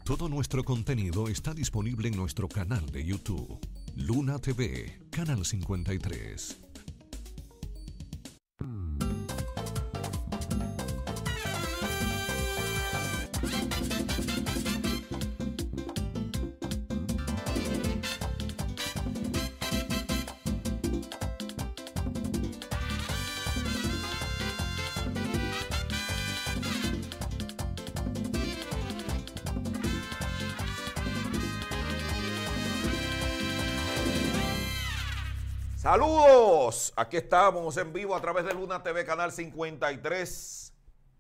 Todo nuestro contenido está disponible en nuestro canal de YouTube, Luna TV, Canal 53. Saludos, aquí estamos en vivo a través de Luna TV, Canal 53.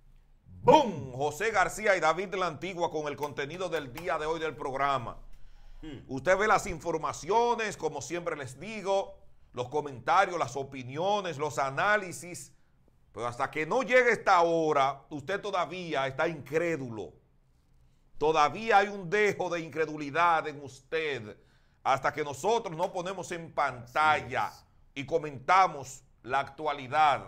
¡Bum! José García y David de la Antigua con el contenido del día de hoy del programa. Usted ve las informaciones, como siempre les digo, los comentarios, las opiniones, los análisis, pero hasta que no llegue esta hora, usted todavía está incrédulo. Todavía hay un dejo de incredulidad en usted. Hasta que nosotros no ponemos en pantalla y comentamos la actualidad,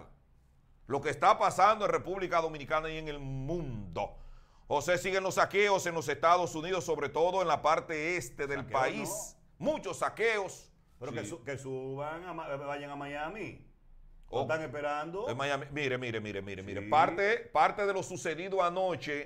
lo que está pasando en República Dominicana y en el mundo. José, siguen los saqueos en los Estados Unidos, sobre todo en la parte este del país. No. Muchos saqueos. Pero sí, que suban, vayan a Miami. ¿O están esperando? En Miami. Mire. Sí. Parte de lo sucedido anoche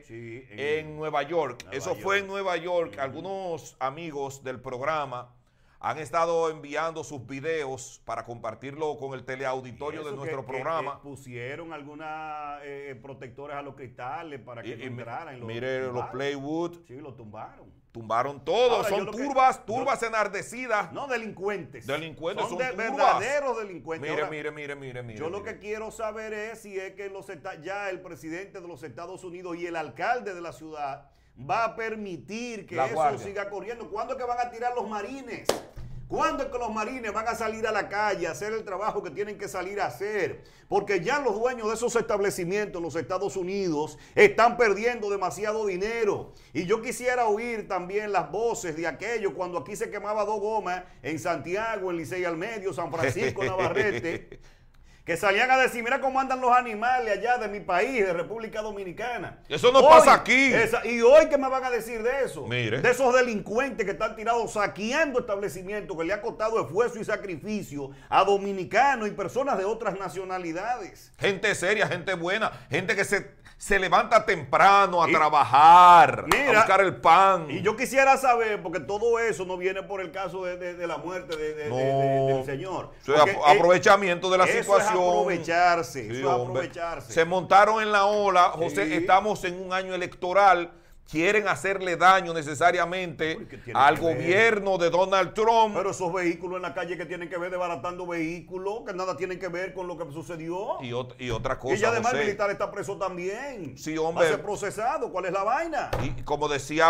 en Nueva York. Eso fue en Nueva York. Algunos amigos del programa han estado enviando sus videos para compartirlo con el teleauditorio de nuestro programa. Pusieron algunas protectores a los cristales para que no entraran. Mire, los Playwood. Sí, lo tumbaron. Tumbaron todo. Ahora, son turbas enardecidas. No, delincuentes. Delincuentes son verdaderos delincuentes. Mire, Ahora, mire. Yo lo que quiero saber es si es que ya el presidente de los Estados Unidos y el alcalde de la ciudad va a permitir que eso siga corriendo. ¿Cuándo es que van a tirar los marines? ¿Cuándo es que los marines van a salir a la calle a hacer el trabajo que tienen que salir a hacer? Porque ya los dueños de esos establecimientos en los Estados Unidos están perdiendo demasiado dinero. Y yo quisiera oír también las voces de aquellos cuando aquí se quemaba 2 gomas en Santiago, en Licey al Medio, San Francisco, Navarrete, que salían a decir, mira cómo andan los animales allá de mi país, de República Dominicana. Eso no pasa aquí. Y hoy, ¿qué me van a decir de eso? Mire. De esos delincuentes que están tirados saqueando establecimientos que le ha costado esfuerzo y sacrificio a dominicanos y personas de otras nacionalidades. Gente seria, gente buena, gente que se levanta temprano a trabajar, a buscar el pan. Y yo quisiera saber, porque todo eso no viene por el caso de la muerte del señor. Aprovechamiento de la situación. Aprovecharse, sí, aprovecharse. Se montaron en la ola, José, estamos en un año electoral, quieren hacerle daño necesariamente al gobierno de Donald Trump. Pero esos vehículos en la calle que tienen que ver desbaratando vehículos, que nada tienen que ver con lo que sucedió. Y otra cosa, y además José, el militar está preso también. Sí, hombre. Va a ser procesado, ¿cuál es la vaina? Y como decía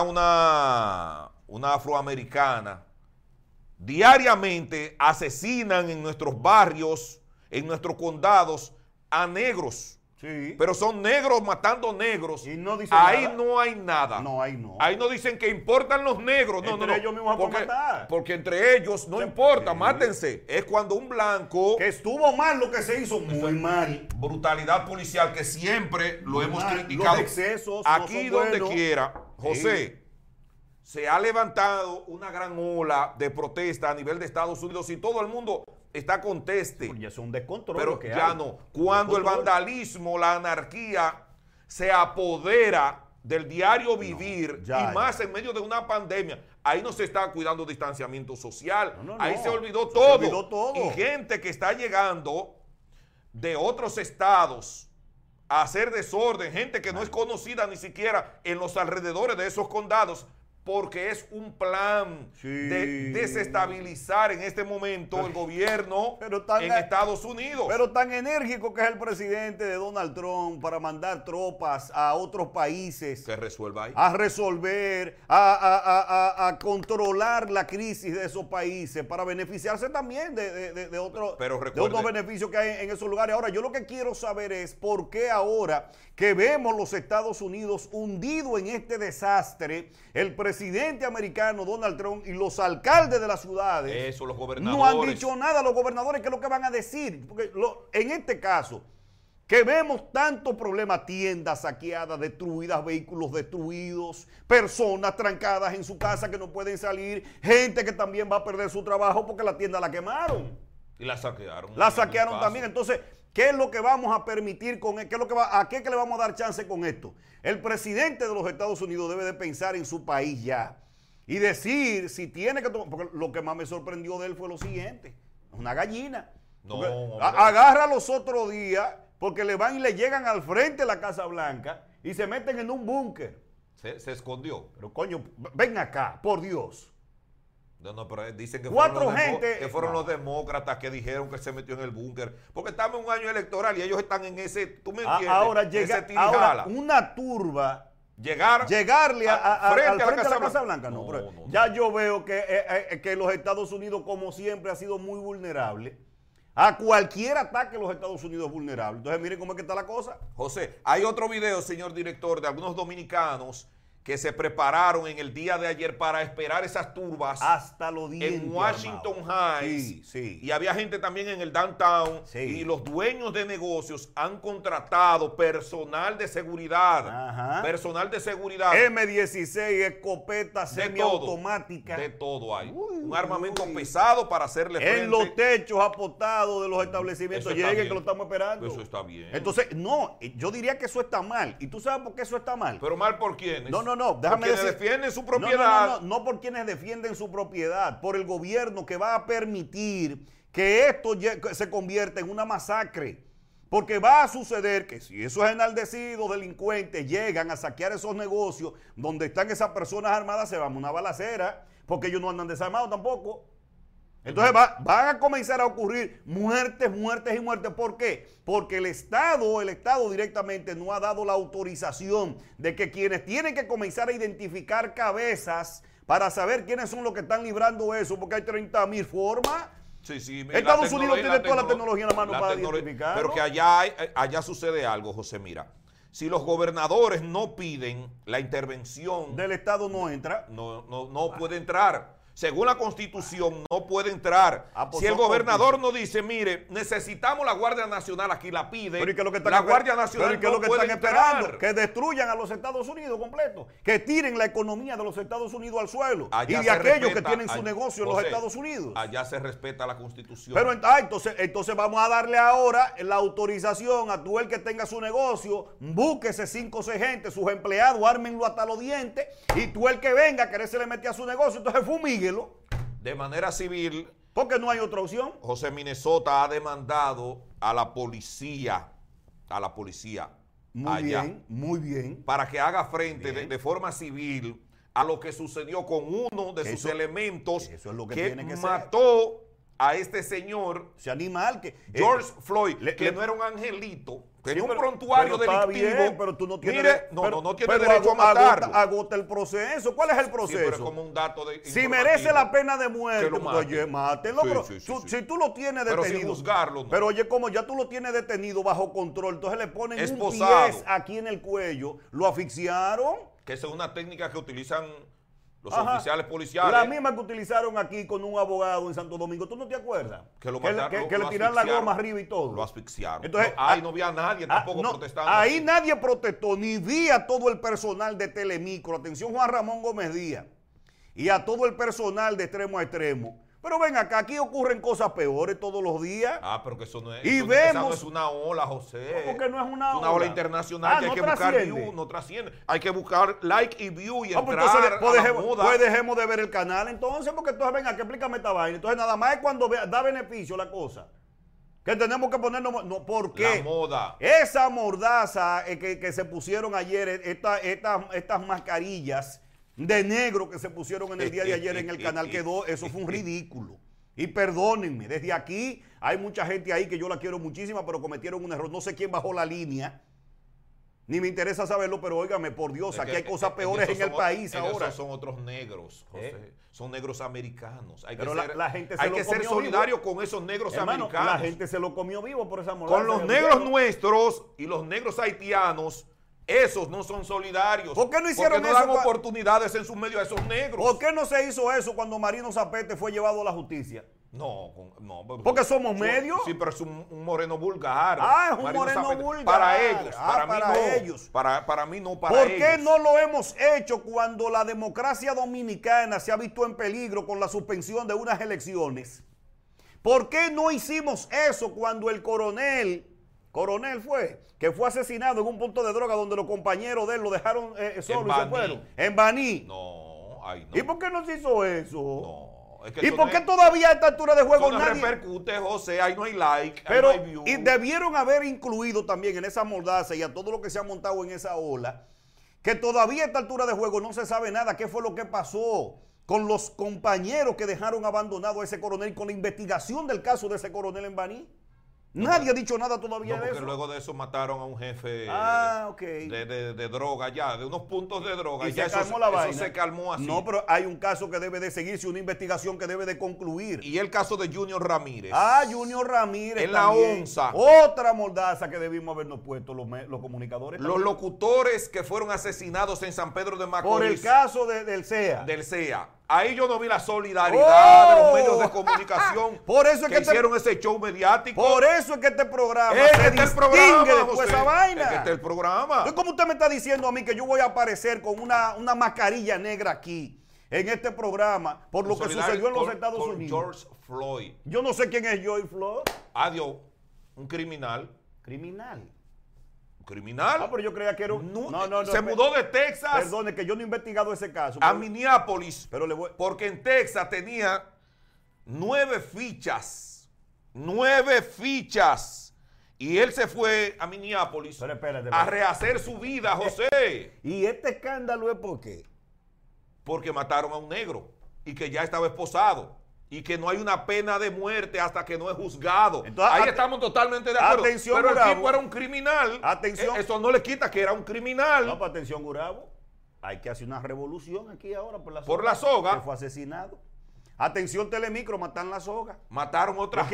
una afroamericana, diariamente asesinan en nuestros barrios, en nuestros condados, a negros. Sí. Pero son negros matando negros. Y no dicen ahí nada. No hay nada. No, ahí no. Ahí no dicen que importan los negros. Entre ellos mismos van a matar. Porque entre ellos no importa, mátense. Es cuando un blanco... Que estuvo mal lo que se hizo, muy mal. Brutalidad policial que siempre lo hemos criticado. Los excesos aquí no son donde buenos. Quiera, José, se ha levantado una gran ola de protesta a nivel de Estados Unidos y todo el mundo está conteste. Ya es un descontrol. Pero que ya no. Cuando el vandalismo, la anarquía se apodera del diario vivir más en medio de una pandemia, ahí no se está cuidando distanciamiento social. Ahí se olvidó todo. Y gente que está llegando de otros estados a hacer desorden, gente que no es conocida ni siquiera en los alrededores de esos condados, porque es un plan de desestabilizar en este momento el gobierno en Estados Unidos. Pero tan enérgico que es el presidente de Donald Trump para mandar tropas a otros países. Que resuelva ahí. A resolver, a controlar la crisis de esos países para beneficiarse también de otros beneficios que hay en esos lugares. Ahora, yo lo que quiero saber es por qué ahora que vemos los Estados Unidos hundidos en este desastre, el presidente americano Donald Trump y los alcaldes de las ciudades los gobernadores no han dicho nada. Los gobernadores, ¿qué es lo que van a decir? Porque en este caso, que vemos tantos problemas, tiendas saqueadas, destruidas, vehículos destruidos, personas trancadas en su casa que no pueden salir, gente que también va a perder su trabajo porque la tienda la quemaron. Y la saquearon. La saquearon también. Entonces, ¿qué es lo que vamos a permitir con esto? ¿A qué que le vamos a dar chance con esto? El presidente de los Estados Unidos debe de pensar en su país ya y decir si tiene que tomar, porque lo que más me sorprendió de él fue lo siguiente, una gallina. No, agarra los otros días porque le van y le llegan al frente de la Casa Blanca y se meten en un búnker. Se escondió. Pero coño, ven acá, por Dios. No, pero dicen que que fueron los demócratas que dijeron que se metió en el búnker. Porque estamos en un año electoral y ellos están en ese, ¿tú me entiendes? Ahora una turba llegarle al frente de la Casa Blanca. No, ya yo veo que los Estados Unidos, como siempre, ha sido muy vulnerable. A cualquier ataque los Estados Unidos es vulnerable. Entonces, miren cómo es que está la cosa. José, hay otro video, señor director, de algunos dominicanos que se prepararon en el día de ayer para esperar esas turbas hasta los dientes, en Washington Heights. Sí, sí. Y había gente también en el downtown. Sí. Y los dueños de negocios han contratado personal de seguridad. Ajá. Personal de seguridad. M16, escopeta semiautomática. De todo hay. Un armamento pesado para hacerle frente. En los techos apostados de los establecimientos. Lleguen que lo estamos esperando. Eso está bien. Entonces, no, yo diría que eso está mal. ¿Y tú sabes por qué eso está mal? ¿Pero mal por quiénes? No, déjame decir. Por quienes defienden su propiedad. No por quienes defienden su propiedad, por el gobierno que va a permitir que esto se convierta en una masacre. Porque va a suceder que si esos enaldecidos delincuentes llegan a saquear esos negocios donde están esas personas armadas, se va a una balacera, porque ellos no andan desarmados tampoco. Entonces van a comenzar a ocurrir muertes y muertes. ¿Por qué? Porque el Estado directamente no ha dado la autorización de que quienes tienen que comenzar a identificar cabezas para saber quiénes son los que están librando eso, porque hay 30,000 formas. Sí, Estados Unidos tiene toda la tecnología en la mano para identificarlo. Pero que allá sucede algo, José, mira. Si los gobernadores no piden la intervención del Estado, no entra. No puede entrar. Según la Constitución, no puede entrar. Pues si el gobernador no dice, mire, necesitamos la Guardia Nacional, aquí la pide, la Guardia Nacional no puede entrar. Que destruyan a los Estados Unidos completo, que tiren la economía de los Estados Unidos al suelo allá y de aquellos que tienen su negocio en los Estados Unidos. Allá se respeta la Constitución. Pero entonces vamos a darle ahora la autorización a tú el que tenga su negocio, búsquese 5 o 6 gente, sus empleados, ármenlo hasta los dientes, y tú el que venga, que se le mete a su negocio, entonces fumíguelo. De manera civil. Porque no hay otra opción. José, Minnesota ha demandado a la policía. Muy bien. Para que haga frente de forma civil a lo que sucedió con uno de sus elementos eso es lo que que tiene que mató a este señor, ese animal George Floyd, que no era un angelito, tenía un prontuario delictivo. Bien, pero tú no tienes, no tiene derecho a matarlo. Agota el proceso. ¿Cuál es el proceso? Sí, pero es como un dato de si merece la pena de muerte, oye, mátenlo. Si tú lo tienes detenido. Pero sin juzgarlo. No. Pero oye, como ya tú lo tienes detenido bajo control, entonces le ponen esposado. Un pie aquí en el cuello, lo asfixiaron. Que esa es una técnica que utilizan los oficiales policiales. La misma que utilizaron aquí con un abogado en Santo Domingo. ¿Tú no te acuerdas? Que le tiraron la goma arriba y todo. Lo asfixiaron. Entonces, no vi a nadie tampoco protestando. Ahí nadie protestó, ni vi a todo el personal de Telemicro. Atención, Juan Ramón Gómez Díaz. Y a todo el personal de extremo a extremo. Pero ven acá, aquí ocurren cosas peores todos los días. Pero que eso no es, esa no es una ola, José. ¿Cómo que no es una ola? Es una ola internacional que hay que buscar view, no trasciende. Hay que buscar like y view y entrar pues dejemos de ver el canal entonces, porque entonces venga, que explícame esta vaina. Entonces nada más es cuando da beneficio la cosa. Que tenemos que ponernos, ¿por qué? La moda. Esa mordaza que se pusieron ayer, estas mascarillas de negro que se pusieron en el día de ayer en el canal, eso fue un ridículo. Y perdónenme, desde aquí hay mucha gente ahí que yo la quiero muchísima, pero cometieron un error. No sé quién bajó la línea, ni me interesa saberlo, pero óigame, por Dios, aquí hay cosas peores en el país ahora. Esos son otros negros, José. Son negros americanos. Hay pero que ser solidario con esos negros americanos. La gente se lo comió vivo por esa mordaza. Con los negros nuestros y los negros haitianos. Esos no son solidarios. ¿Por qué no hicieron eso? Porque no dan oportunidades en sus medios a esos negros. ¿Por qué no se hizo eso cuando Marino Zapete fue llevado a la justicia? No, porque somos medios. Sí, pero es un moreno vulgar. Es un moreno vulgar. Para ellos, para mí no. Ellos. Para mí no, para ellos. ¿Por qué no lo hemos hecho cuando la democracia dominicana se ha visto en peligro con la suspensión de unas elecciones? ¿Por qué no hicimos eso cuando el coronel que fue asesinado en un punto de droga donde los compañeros de él lo dejaron solo y se fueron? En Baní. No, ay no. ¿Y por qué no se hizo eso? No. Es que ¿Y por qué todavía a esta altura de juego no nadie repercute, José? Ahí no hay like, pero, ahí no hay view. Y debieron haber incluido también en esa mordaza y a todo lo que se ha montado en esa ola, que todavía a esta altura de juego no se sabe nada qué fue lo que pasó con los compañeros que dejaron abandonado a ese coronel, con la investigación del caso de ese coronel en Baní. Nadie ha dicho nada todavía de eso. Porque luego de eso mataron a un jefe de droga ya, de unos puntos de droga. Y ya se calmó la vaina. Eso se calmó así. No, pero hay un caso que debe de seguirse, una investigación que debe de concluir. Y el caso de Junior Ramírez. Junior Ramírez en la onza. Otra mordaza que debimos habernos puesto los comunicadores. Los locutores que fueron asesinados en San Pedro de Macorís. Por el caso del CEA. Del CEA. Ahí yo no vi la solidaridad de los medios de comunicación por eso es que hicieron ese show mediático. Por eso es que este programa se distingue después de esa vaina. Es que este es el programa. Entonces, ¿cómo usted me está diciendo a mí que yo voy a aparecer con una mascarilla negra aquí en este programa por lo que sucedió en los Estados Unidos? George Floyd. Yo no sé quién es George Floyd. Adiós, un criminal. ¿Criminal? Criminal. Pero yo creía que era un... No, se mudó de Texas. Perdone, que yo no he investigado ese caso. A Minneapolis. Pero porque en Texas tenía 9 fichas. 9 fichas. Y él se fue a Minneapolis a rehacer su vida, José. ¿Y este escándalo es por qué? Porque mataron a un negro y que ya estaba esposado. Y que no hay una pena de muerte hasta que no es juzgado. Entonces, ahí estamos totalmente de acuerdo. Atención, pero Gurabo. El tipo era un criminal. Atención. Eso no le quita que era un criminal. No, pero atención, Gurabo. Hay que hacer una revolución aquí ahora por la soga. Por la soga. Que fue asesinado. Atención, Telemicro, matan la soga. Mataron otra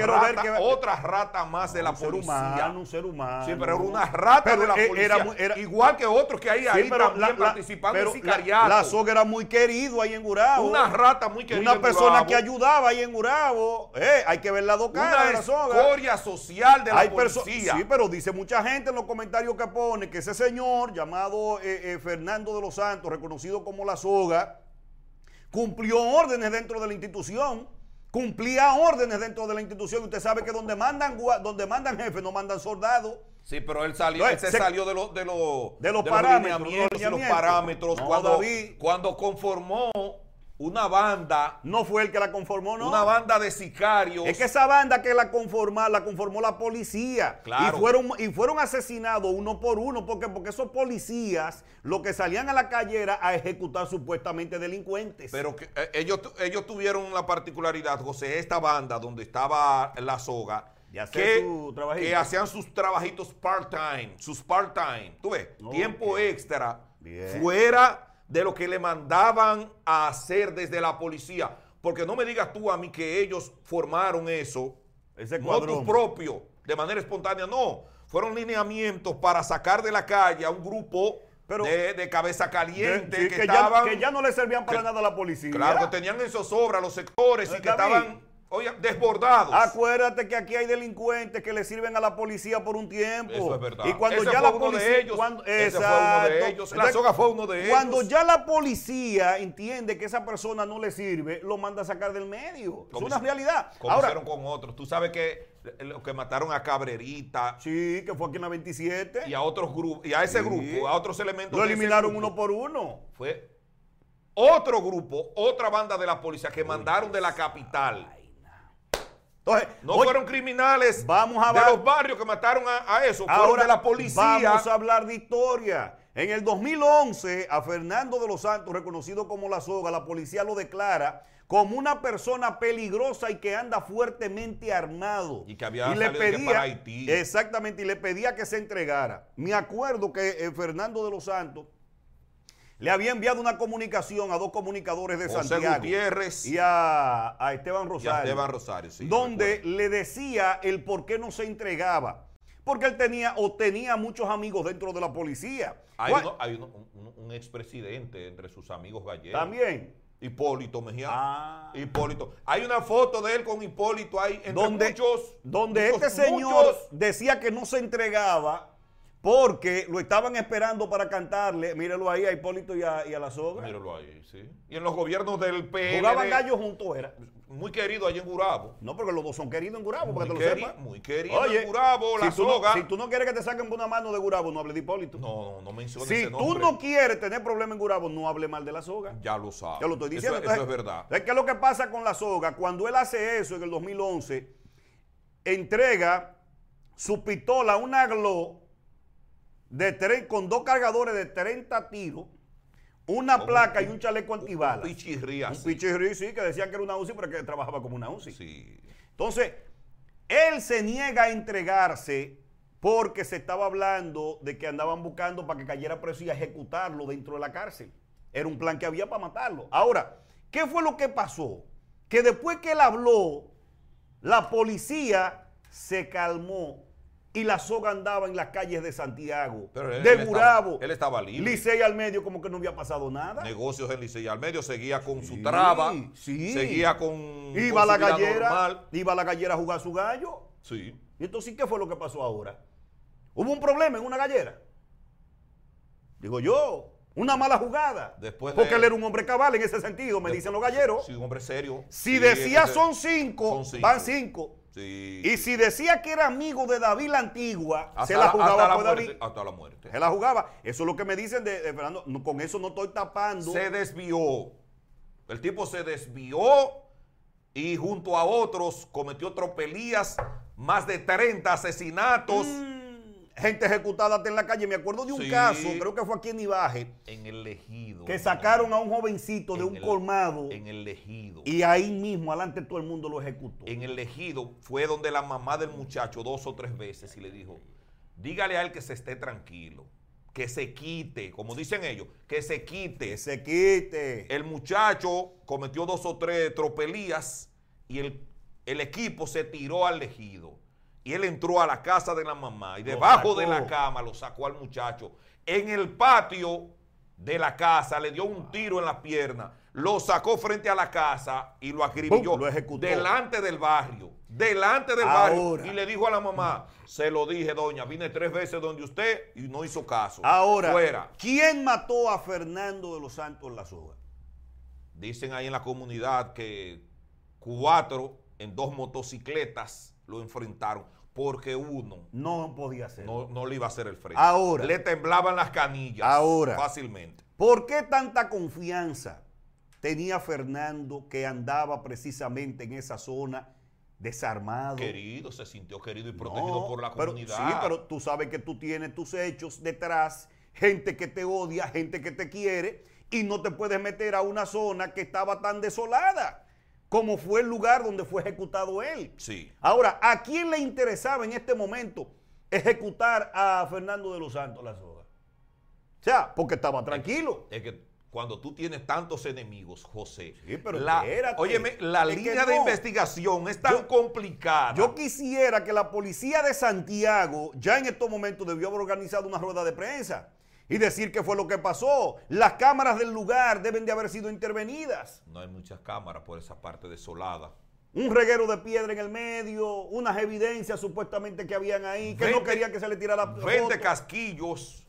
rata más de la policía. Un ser humano. Sí, pero era una rata de la policía. Igual que otros que hay ahí también participando en sicariato. La soga era muy querido ahí en Gurabo. Una rata muy querida. Una persona que ayudaba ahí en Gurabo. Hay que ver la dos caras de la soga. Una escoria social de la policía. Sí, pero dice mucha gente en los comentarios que pone que ese señor llamado Fernando de los Santos, reconocido como la soga, cumplió órdenes dentro de la institución, cumplía órdenes dentro de la institución. Usted sabe que donde mandan jefes no mandan soldados. Sí, pero él salió, se salió de los parámetros, los parámetros cuando conformó una banda. No fue el que la conformó, no. Una banda de sicarios. Es que esa banda que la conformó la policía. Claro. Y fueron asesinados uno por uno. Porque esos policías lo que salían a la calle era a ejecutar supuestamente delincuentes. Pero que, ellos tuvieron la particularidad, José, esta banda donde estaba la soga, que hacían sus trabajitos part-time, tú ves, tiempo extra, fuera de lo que le mandaban a hacer desde la policía. Porque no me digas tú a mí que ellos formaron eso, ese cuadrón propio, de manera espontánea, no. Fueron lineamientos para sacar de la calle a un grupo de cabeza caliente que ya no le servían para nada a la policía. Claro, que tenían en zozobra los sectores y que estaban desbordados. Acuérdate que aquí hay delincuentes que le sirven a la policía por un tiempo. Eso es verdad. Y cuando ese ya fue la uno policía, de ellos. Ese fue uno de ellos. La soga fue uno de ellos. Cuando ya la policía entiende que esa persona no le sirve, lo manda a sacar del medio. Es una realidad. Como hicieron con otros. Tú sabes que los que mataron a Cabrerita. Sí, que fue aquí en la 27. Y a otros grupos, y a ese grupo, a otros elementos. Lo eliminaron uno por uno. Fue otro grupo, otra banda de la policía que mandaron de la capital. Entonces, fueron criminales de los barrios que mataron a eso, fueron de la policía. Vamos a hablar de historia. En el 2011, a Fernando de los Santos, reconocido como la soga, la policía lo declara como una persona peligrosa y que anda fuertemente armado. Y que había salido para Haití. Exactamente, y le pedía que se entregara. Me acuerdo que Fernando de los Santos le había enviado una comunicación a 2 comunicadores de José Santiago Gutiérrez y a Esteban Rosario. Sí, donde le decía el por qué no se entregaba. Porque él tenía muchos amigos dentro de la policía. Hay un expresidente entre sus amigos gallegos. También. Hipólito Mejía. Ah. Hipólito. Hay una foto de él con Hipólito ahí entre donde este señor decía que no se entregaba porque lo estaban esperando para cantarle. Míralo ahí a Hipólito y a la soga. Míralo ahí, sí. Y en los gobiernos del PLD. Jugaban gallos juntos, era. Muy querido allí en Gurabo. No, porque los dos son queridos en Gurabo, para que te lo sepas. Muy querido en Gurabo, la soga. Si tú no quieres que te saquen por una mano de Gurabo, no hables de Hipólito. No menciones ese nombre. Si tú no quieres tener problemas en Gurabo, no hable mal de la soga. Ya lo sabes. Ya lo estoy diciendo. Eso es verdad. ¿Qué es lo que pasa con la soga? Cuando él hace eso en el 2011, entrega su pistola, una Glock, con 2 cargadores de 30 tiros, una placa y un chaleco antibalas. Un pichirrí así. Un pichirrí, sí, que decían que era una UCI, pero que trabajaba como una UCI. Sí. Entonces, él se niega a entregarse porque se estaba hablando de que andaban buscando para que cayera preso y a ejecutarlo dentro de la cárcel. Era un plan que había para matarlo. Ahora, ¿qué fue lo que pasó? Que después que él habló, la policía se calmó y la soga andaba en las calles de Santiago, de Gurabo. Él estaba libre. Licey al medio, como que no había pasado nada. Negocios en Licey al medio, seguía con su traba, seguía con iba a la gallera, iba a la gallera a jugar su gallo. Sí. Y entonces, ¿qué fue lo que pasó ahora? Hubo un problema en una gallera. Digo yo, una mala jugada. Porque él era un hombre cabal en ese sentido, me dicen los galleros. Sí, un hombre serio. Si decía son 5, van 5. Sí. Y si decía que era amigo de David la Antigua, se la jugaba por David. Hasta la muerte. Se la jugaba. Eso es lo que me dicen de Fernando. No, con eso no estoy tapando. Se desvió. El tipo se desvió y junto a otros cometió tropelías, más de 30 asesinatos. Gente ejecutada hasta en la calle. Me acuerdo de un caso, creo que fue aquí en Ibaje. En el Ejido. Que sacaron a un jovencito de un colmado. En el Ejido. Y ahí mismo, adelante todo el mundo lo ejecutó. En el Ejido fue donde la mamá del muchacho 2 o 3 veces y le dijo, dígale a él que se esté tranquilo, que se quite, como dicen ellos, que se quite. Que se quite. El muchacho cometió 2 o 3 tropelías y el equipo se tiró al Ejido. Y él entró a la casa de la mamá y debajo de la cama lo sacó al muchacho. En el patio de la casa le dio un tiro en la pierna, lo sacó frente a la casa y lo acribilló. Lo ejecutó. Delante del barrio. Delante del barrio. Y le dijo a la mamá, se lo dije, doña, vine 3 veces donde usted y no hizo caso. Ahora, fuera. ¿Quién mató a Fernando de los Santos en la soga? Dicen ahí en la comunidad que 4 en 2 motocicletas lo enfrentaron porque uno no podía hacer. No le iba a hacer el frente. Ahora. Le temblaban las canillas. Ahora. Fácilmente. ¿Por qué tanta confianza tenía Fernando que andaba precisamente en esa zona desarmado? Querido, se sintió querido y protegido por la comunidad. Sí, pero tú sabes que tú tienes tus hechos detrás, gente que te odia, gente que te quiere, y no te puedes meter a una zona que estaba tan desolada como fue el lugar donde fue ejecutado él. Sí. Ahora, ¿a quién le interesaba en este momento ejecutar a Fernando de los Santos la soga? O sea, porque estaba tranquilo. Es que cuando tú tienes tantos enemigos, José, sí, pero óyeme, la línea de investigación es tan complicada. Yo quisiera que la policía de Santiago ya en estos momentos debió haber organizado una rueda de prensa y decir qué fue lo que pasó. Las cámaras del lugar deben de haber sido intervenidas. No hay muchas cámaras por esa parte desolada. Un reguero de piedra en el medio, unas evidencias supuestamente que habían ahí, que no querían que se le tirara la 20 casquillos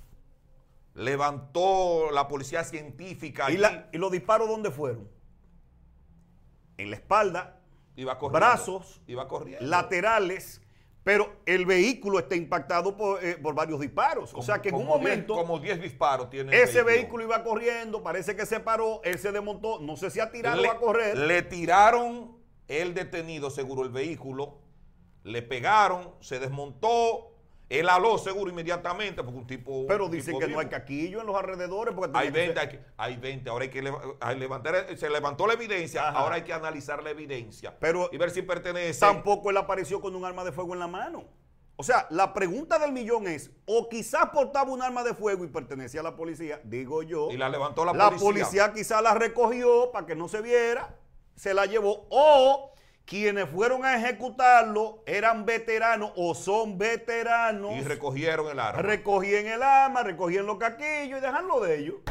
levantó la policía científica. ¿Y los disparos dónde fueron? En la espalda, brazos, laterales. Pero el vehículo está impactado por varios disparos. O sea que en un momento... Como 10 disparos tiene ese vehículo iba corriendo, parece que se paró, él se desmontó, no sé si ha tirado a correr. Le tiraron el detenido, seguro, el vehículo, le pegaron, se desmontó, él aló seguro inmediatamente porque un tipo... Pero dicen que no hay caquillo en los alrededores. Porque hay 20, ahora hay que levantar, se levantó la evidencia, ajá, ahora hay que analizar la evidencia pero y ver si pertenece. Tampoco él apareció con un arma de fuego en la mano. O sea, la pregunta del millón es, o quizás portaba un arma de fuego y pertenecía a la policía, digo yo. Y la levantó la policía. La policía quizás la recogió para que no se viera, se la llevó, o quienes fueron a ejecutarlo eran veteranos o son veteranos. Y recogieron el arma. Recogían el arma, recogían los caquillos y dejanlo de ellos.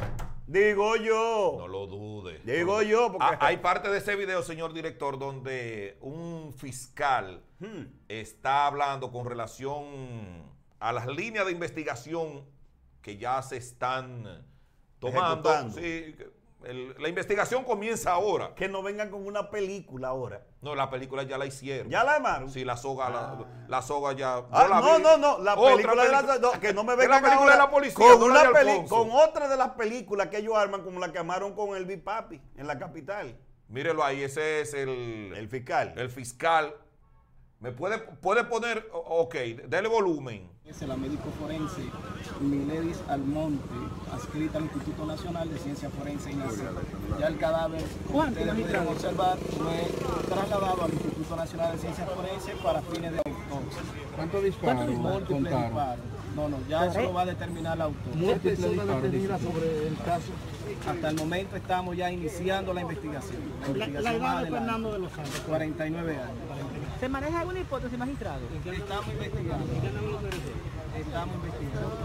Digo yo. No lo dude. Digo yo. Porque... hay parte de ese video, señor director, donde un fiscal está hablando con relación a las líneas de investigación que ya se están tomando. Sí, la investigación comienza ahora. Que no vengan con una película ahora. No, la película ya la hicieron. ¿Ya la armaron? Sí, la soga, la soga ya. No, la película de la no, que no me vengan la película de la policía, con otra de las películas que ellos arman, como la que armaron con el Big Papi en la capital. Mírelo ahí, ese es el fiscal. El fiscal. ¿Me puede poner? Ok, dale volumen. Es la médico forense Miledis Almonte, adscrita al Instituto Nacional de Ciencia Forense y INACI. Ya el cadáver, como ustedes pudieron observar, fue trasladado al Instituto Nacional de Ciencia Forense para fines de autopsia. ¿Cuántos disparos? Múltiples disparos. No, ya eso lo va a determinar la autopsia. ¿Múltiples disparos sobre el caso? Hasta el momento estamos ya iniciando la investigación. La edad de Fernando de los Santos. 49 años. ¿Se maneja alguna hipótesis, magistrado? Estamos investigando. Estamos investigando.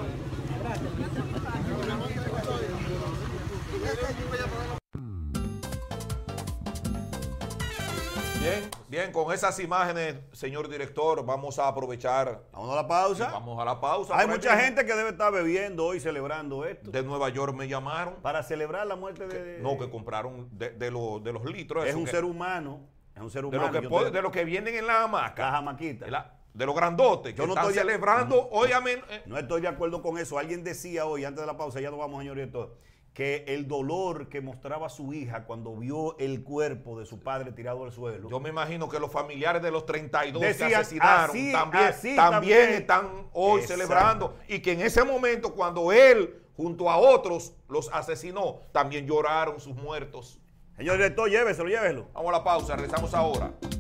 Bien, con esas imágenes, señor director, vamos a aprovechar. Vamos a la pausa. Vamos a la pausa. Hay mucha gente que debe estar bebiendo hoy, celebrando esto. De Nueva York me llamaron. Para celebrar la muerte de... No, que compraron de los litros. Es un ser humano. Es un ser humano. De lo que vienen en la hamaca. La jamaquita. De los grandotes. Yo no estoy celebrando. Óyame. No estoy de acuerdo con eso. Alguien decía hoy, antes de la pausa, ya nos vamos, señor director, que el dolor que mostraba su hija cuando vio el cuerpo de su padre tirado al suelo. Yo me imagino que los familiares de los 32 decía, que asesinaron también están hoy celebrando. Y que en ese momento, cuando él, junto a otros, los asesinó, también lloraron sus muertos. Señor director, lléveselo. Vamos a la pausa, regresamos ahora.